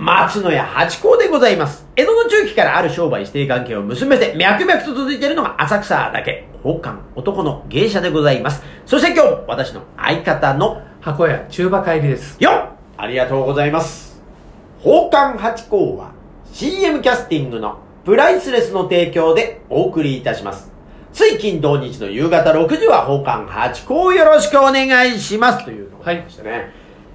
松野屋八甲でございます。江戸の中期からある商売指定関係を結びめて脈々と続いているのが浅草だけ宝冠男の芸者でございます。そして今日私の相方の箱屋中馬帰りですよっ、ありがとうございます。宝冠八甲は CM キャスティングのプライスレスの提供でお送りいたします。つい金土日の夕方6時は宝冠八甲をよろしくお願いしますというのがありましたね。はい、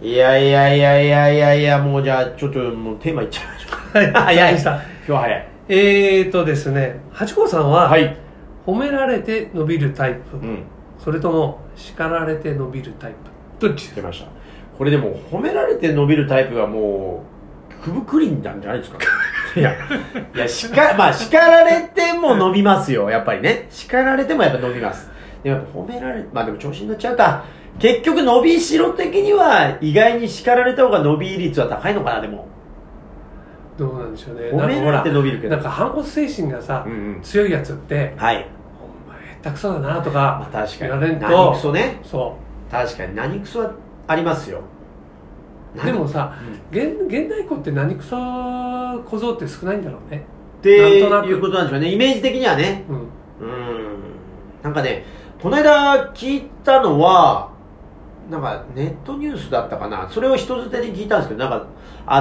いや、もうじゃあ、ちょっともうテーマいっちゃいましょうか。 はい、 早い。 した。 今日は早い。 ですね、八甲さんは、 はい、 褒められて伸びるタイプ、それとも叱られて伸びるタイプ、どっち出ました。これでも褒められて伸びるタイプがもう、くぶくりんなんじゃないですか。叱られても伸びますよ、やっぱりね。叱られてもやっぱ伸びます。でもやっぱ褒められ、でも調子に乗っちゃうか。結局伸びしろ的には意外に叱られた方が伸び率は高いのかな。でもどうなんでしょうね。 褒められて伸びるけど、 なんか反骨精神がさ、強いやつってはい、 お前下手くそだなとか確かに言われんと、 何クソね。 そう確かに何クソはありますよ。 でもさ、現代っ子って何クソ小僧って少ないんだろうねっていうことなんでしょうね、イメージ的にはね。なんかね、この間聞いたのはなんかネットニュースだったかな、それを人づてに聞いたんですけど、なんか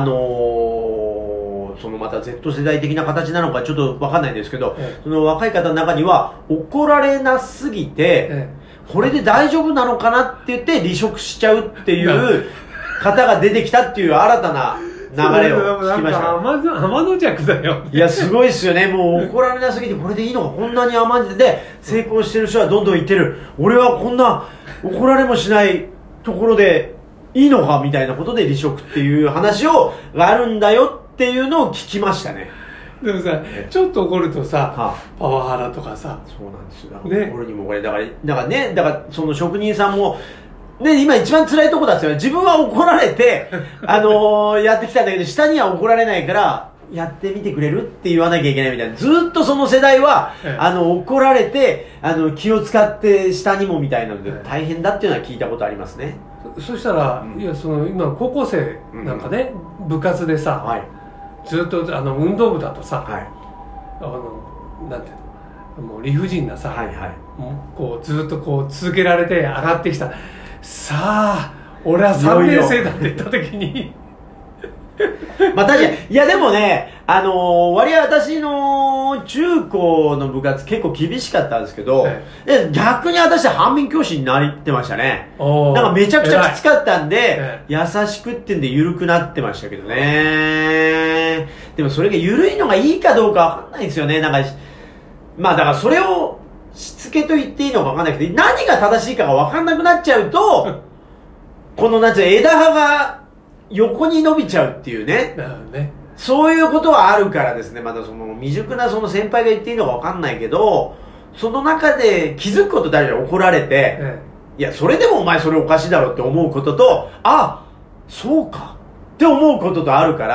そのまた Z 世代的な形なのかちょっと分かんないんですけど、その若い方の中には怒られなすぎて、これで大丈夫なのかなって言って離職しちゃうっていう方が出てきたっていう新たな流れを聞きました。 天の弱だよ。 いや、すごいっすよね。もう怒られなすぎてこれでいいのか、こんなに甘んじて成功してる人はどんどん言ってる、俺はこんな怒られもしないところでいいのかみたいなことで離職っていう話があるんだよっていうのを聞きましたね。 でもさ、ちょっと怒るとさ、パワハラとかさ、 そうなんですよ。だから心にもこれだからその職人さんもね、今一番辛いとこだったよね。自分は怒られてやってきたんだけど、下には怒られないからやってみてくれるって言わなきゃいけないみたいな。ずっとその世代は、怒られて気を使って下にもみたいなので大変だっていうのは聞いたことありますね。 そしたら、いや、その今高校生なんかね、部活でさ、ずっと運動部だとさ、なんていうの、もう理不尽なさ、こうずっとこう続けられて上がってきた。さあ俺は3年生だって言った時にまあ確かに、いやでもね、割合私の中高の部活結構厳しかったんですけど、逆に私反面教師になってましたね。なんかめちゃくちゃきつかったんで、優しくってんで緩くなってましたけどね。でもそれが緩いのがいいかどうかわかんないんですよね。なんかまあだからそれをしつけと言っていいのか分かんなくて、何が正しいかが分かんなくなっちゃうとこの枝葉が横に伸びちゃうっていうね、そういうことはあるからですね。まだその未熟なその先輩が言っていいのか分かんないけど、その中で気づくこと大事で、怒られて、いやそれでもお前それおかしいだろって思うことと、あ、そうかって思うこととあるから、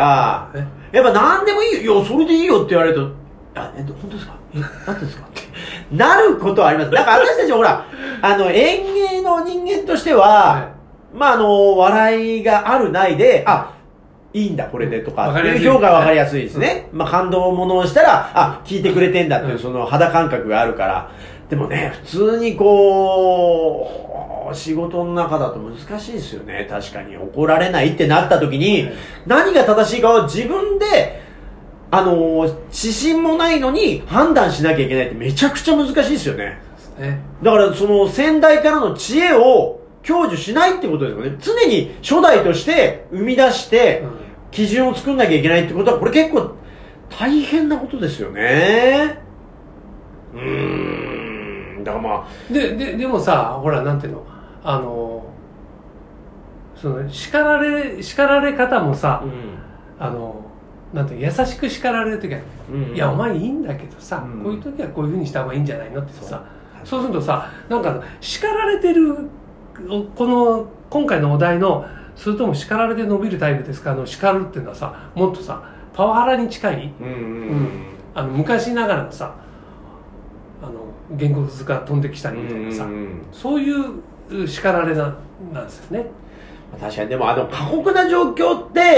やっぱ何でもいいよ、いやそれでいいよって言われると、本当ですか、何ですかってなることはあります。だから私たちほら演芸の人間としては、まあ笑いがあるないで、いいんだこれでとかっていう評価が分かりやすいですね。まあ感動ものをしたら聞いてくれてんだっていうその肌感覚があるから。でもね、普通にこう仕事の中だと難しいですよね。確かに怒られないってなった時に何が正しいかを自分で指針もないのに判断しなきゃいけないってめちゃくちゃ難しいですよね。だからその先代からの知恵を享受しないってことですよね。常に初代として生み出して基準を作んなきゃいけないってことは、これ結構大変なことですよね。だからまあでもさ、ほらなんていうの、その叱られ方もさ、なんて優しく叱られるときは、いやお前いいんだけどさ、こういう時はこういうふうにした方がいいんじゃないのってさ、そうするとさ、なんか叱られてるこの今回のお題の、それとも叱られて伸びるタイプですか、叱るっていうのはさ、もっとさパワハラに近い、昔ながらのさ、言語図が飛んできたりみたいなさ、そういう叱られなんですよね。 確かに。でも過酷な状況って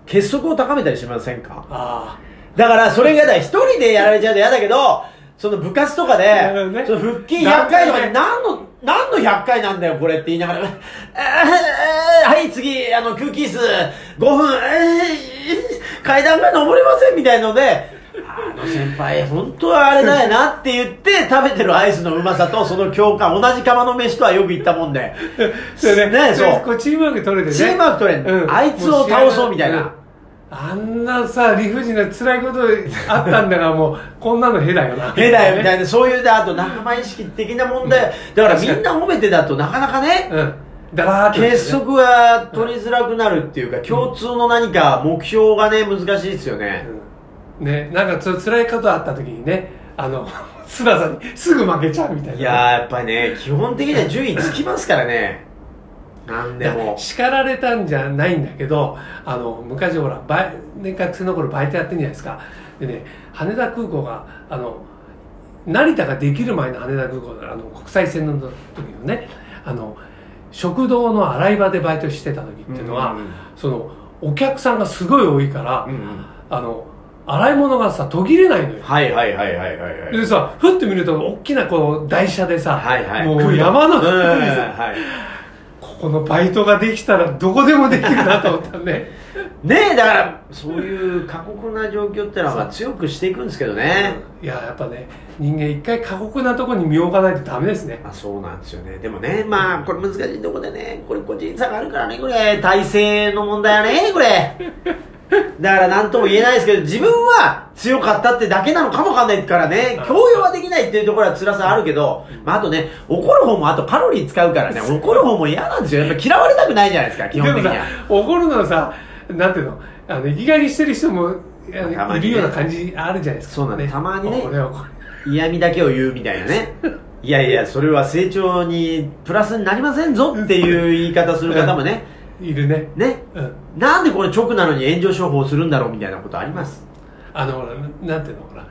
結束を高めたりしませんか？ あだからそれが一人でやられちゃうと嫌だけど、その部活とかで、 ね、 その腹筋100回とかに何の100回なんだよこれって言いながら、はい次、空気椅子5分、階段が登れませんみたいので、先輩本当はあれだよなって言って食べてるアイスのうまさとその共感、同じ釜の飯とはよく言ったもんで、 それね、 そうこうチームワーク取れてね、 チームワーク取れん、あいつを倒そうみたいな、 あんなさ理不尽な辛いことあったんだからもうこんなのへだよなへだよみたいな、そういうで、あと仲間意識的な問題、だからみんな褒めてだとなかなかね、 だらーっと結束が取りづらくなるっていうか、共通の何か目標がね難しいですよね、 ね、なんか辛いことあった時にね、辛さにすぐ負けちゃうみたいな、 いやーやっぱりね基本的には順位つきますからねなんでも叱られたんじゃないんだけど、昔ほら学生の頃バイトやってるんじゃないですか。でね、羽田空港が成田ができる前の羽田空港の国際線の時のね、食堂の洗い場でバイトしてた時っていうのは、そのお客さんがすごい多いから、洗い物がさ途切れないのよ。 はいはいはいはいはい、 でさ、ふっと見ると大きなこう台車でさ、もう山のようにさ、ここのバイトができたらどこでもできるなと思ったねねえ、だからそういう過酷な状況ってのは強くしていくんですけどね、 いややっぱね、人間一回過酷なところに身を置かないとダメですね。 そうなんですよね。でもね、まあこれ難しいとこでね、これ個人差があるからね、これ体制の問題はね、これだから何とも言えないですけど、自分は強かったってだけなのかもわかんないからね、強要はできないっていうところは辛さあるけど、あとね、怒る方もあとカロリー使うからね、怒る方も嫌なんですよ。やっぱ嫌われたくないじゃないですか、基本的には。 でもさ、怒るのはさ、なんていうの、生きがいにしてる人もいるような感じあるじゃないですか。 そうなんです、たまにね、 これ嫌味だけを言うみたいなねいやいや、それは成長にプラスになりませんぞっていう言い方する方もねいるね。 なんでこれ直なのに炎上商法するんだろうみたいなことあります。 なんていうのかな、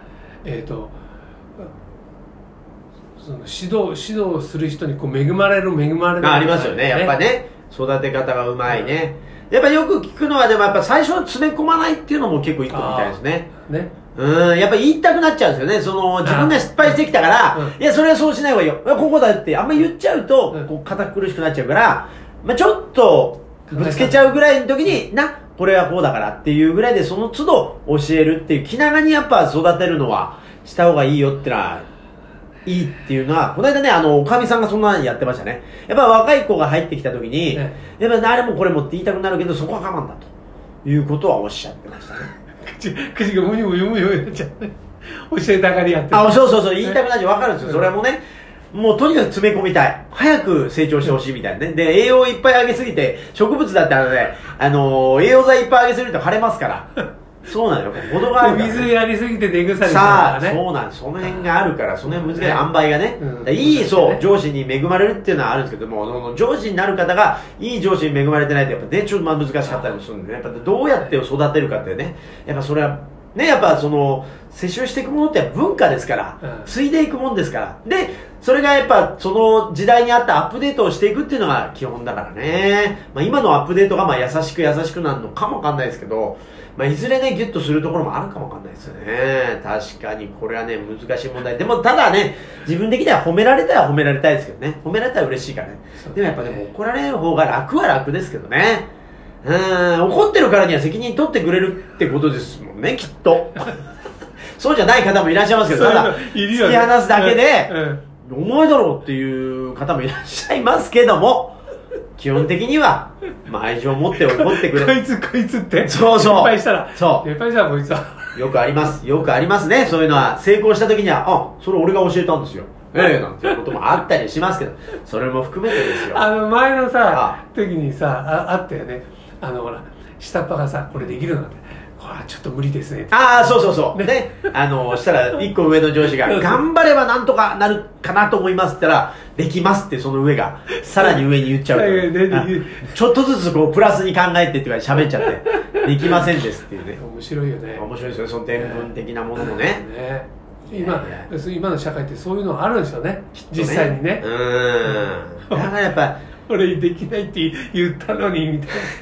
その指導する人にこう恵まれる恵まれない、 ありますよね、やっぱね、育て方がうまいね、やっぱよく聞くのは、でもやっぱ最初は詰め込まないっていうのも結構一個みたいですね。やっぱ言いたくなっちゃうんですよね。その自分が失敗してきたから、いやそれはそうしない方がいいよ、ここだってあんま言っちゃうと、こう堅苦しくなっちゃうから、ちょっとぶつけちゃうぐらいの時にこれはこうだからっていうぐらいで、その都度教えるっていう、気長にやっぱ育てるのはした方がいいよってのはいいっていうのは、この間ね、おかみさんがそんなのやってましたね。やっぱ若い子が入ってきた時に、やっぱ誰もこれもって言いたくなるけど、そこは我慢だということはおっしゃってましたね。 口がむよむよむよになっちゃうね。教えたがりやってる。 そう言いたくなっちゃう、分かるんですよ。それはもうね、もうとにかく詰め込みたい、早く成長してほしいみたいなね。で、栄養いっぱいあげすぎて、植物だって栄養剤いっぱいあげすぎると腫れますからそうなのよ、程があるから、ね、 水やりすぎて根腐りしちゃうからね。そうなんです、その辺があるから、その辺難しい、塩梅がね、上司に恵まれるっていうのはあるんですけども、上司になる方がいい上司に恵まれてないとやっぱね、ちょっと難しかったりもするんでね、やっぱどうやって育てるかってね、やっぱそれはね、やっぱその接収していくものって文化ですから、継いでいくもんですから、でそれがやっぱその時代に合ったアップデートをしていくっていうのが基本だからね、今のアップデートが優しくなるのかもわかんないですけど、いずれねギュッとするところもあるかもわかんないですよね。確かにこれはね難しい問題でも、ただね、自分的には褒められたいは褒められたいですけどね、褒められたら嬉しいからね。でもやっぱね、怒られる方が楽は楽ですけどね。怒ってるからには責任取ってくれるってことですもんね、きっとそうじゃない方もいらっしゃいますけど、ただ突き放すだけでお前だろうっていう方もいらっしゃいますけども、基本的には愛情を持って怒ってくれるこいつってそう失敗したらこいつはよくありますね。そういうのは成功した時には、それ俺が教えたんですよなんていうこともあったりしますけど、それも含めてですよ。 前のさ時にさあったよね、ほら下っ端がさこれできるのって、これはちょっと無理ですね。 そうね、したら一個上の上司が頑張ればなんとかなるかなと思いますって言ったら、できますってその上がさらに上に言っちゃうちょっとずつこうプラスに考えてって言われ喋っちゃってできませんですっていうね。 面白いよね。 面白いですよ、その伝聞的なものもね。 今の社会ってそういうのあるんですよね、実際にね。 だからやっぱ俺できないって言ったのにみたいな。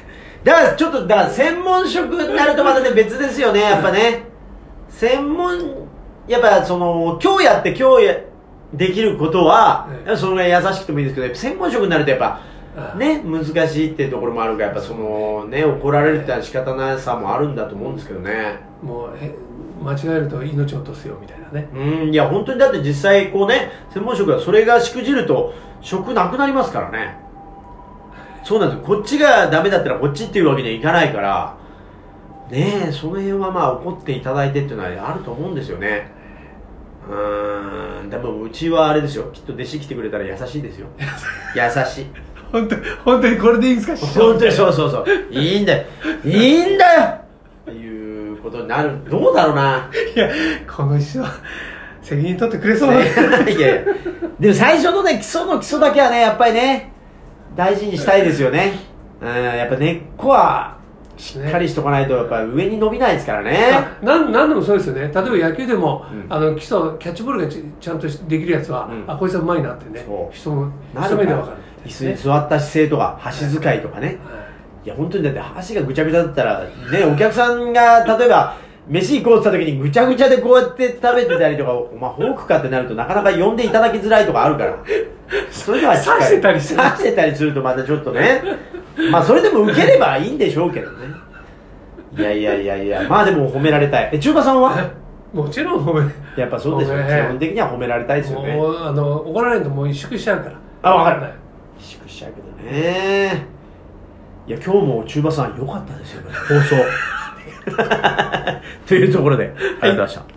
だからちょっと専門職になるとまたね別ですよね、やっぱね。やっぱその今日やって今日できることは、そのぐらい優しくてもいいですけど、専門職になるとやっぱね難しいっていうところもあるから、やっぱそのね怒られるってのは仕方ないさもあるんだと思うんですけどね。 もう間違えると命を落とすよみたいなね。 いや本当にだって実際こうね専門職はそれがしくじると職なくなりますからね。そうなんですよ。こっちがダメだったらこっちっていうわけにはいかないからね。その辺はまあ怒っていただいてっていうのはあると思うんですよね。でもうちはあれですよ、きっと弟子来てくれたら優しいですよ。優しい。 本当にこれでいいんですか？ 本当にそういいんだよっていうことになる。どうだろうな。 いやこの人は責任取ってくれそうだね。 いやでも最初のね基礎だけはねやっぱりね大事にしたいですよね。やっぱ根っこはしっかりしとかないとやっぱ上に伸びないですからね。 何でもそうですよね。例えば野球でも、基礎キャッチボールがちゃんとできるやつは、あこいつはうまいなってね、一目で分かる、 椅子に座った姿勢とか箸使いとかね、いや本当にだって箸がぐちゃぐちゃだったらね、お客さんが例えば飯行こうって言った時にぐちゃぐちゃでこうやって食べてたりとか、フォークかってなるとなかなか呼んでいただきづらいとかあるから、それではしっかり刺してたりするとまたちょっとね、まあそれでも受ければいいんでしょうけどね。いやまあでも褒められたい。中馬さんはもちろん褒め、 やっぱそうですよ、基本的には褒められたいですよね。 もう怒られるともう萎縮しちゃうから。 分かる。萎縮しちゃうけどね。いや今日も中馬さん良かったですよね、放送というところでありがとうございました。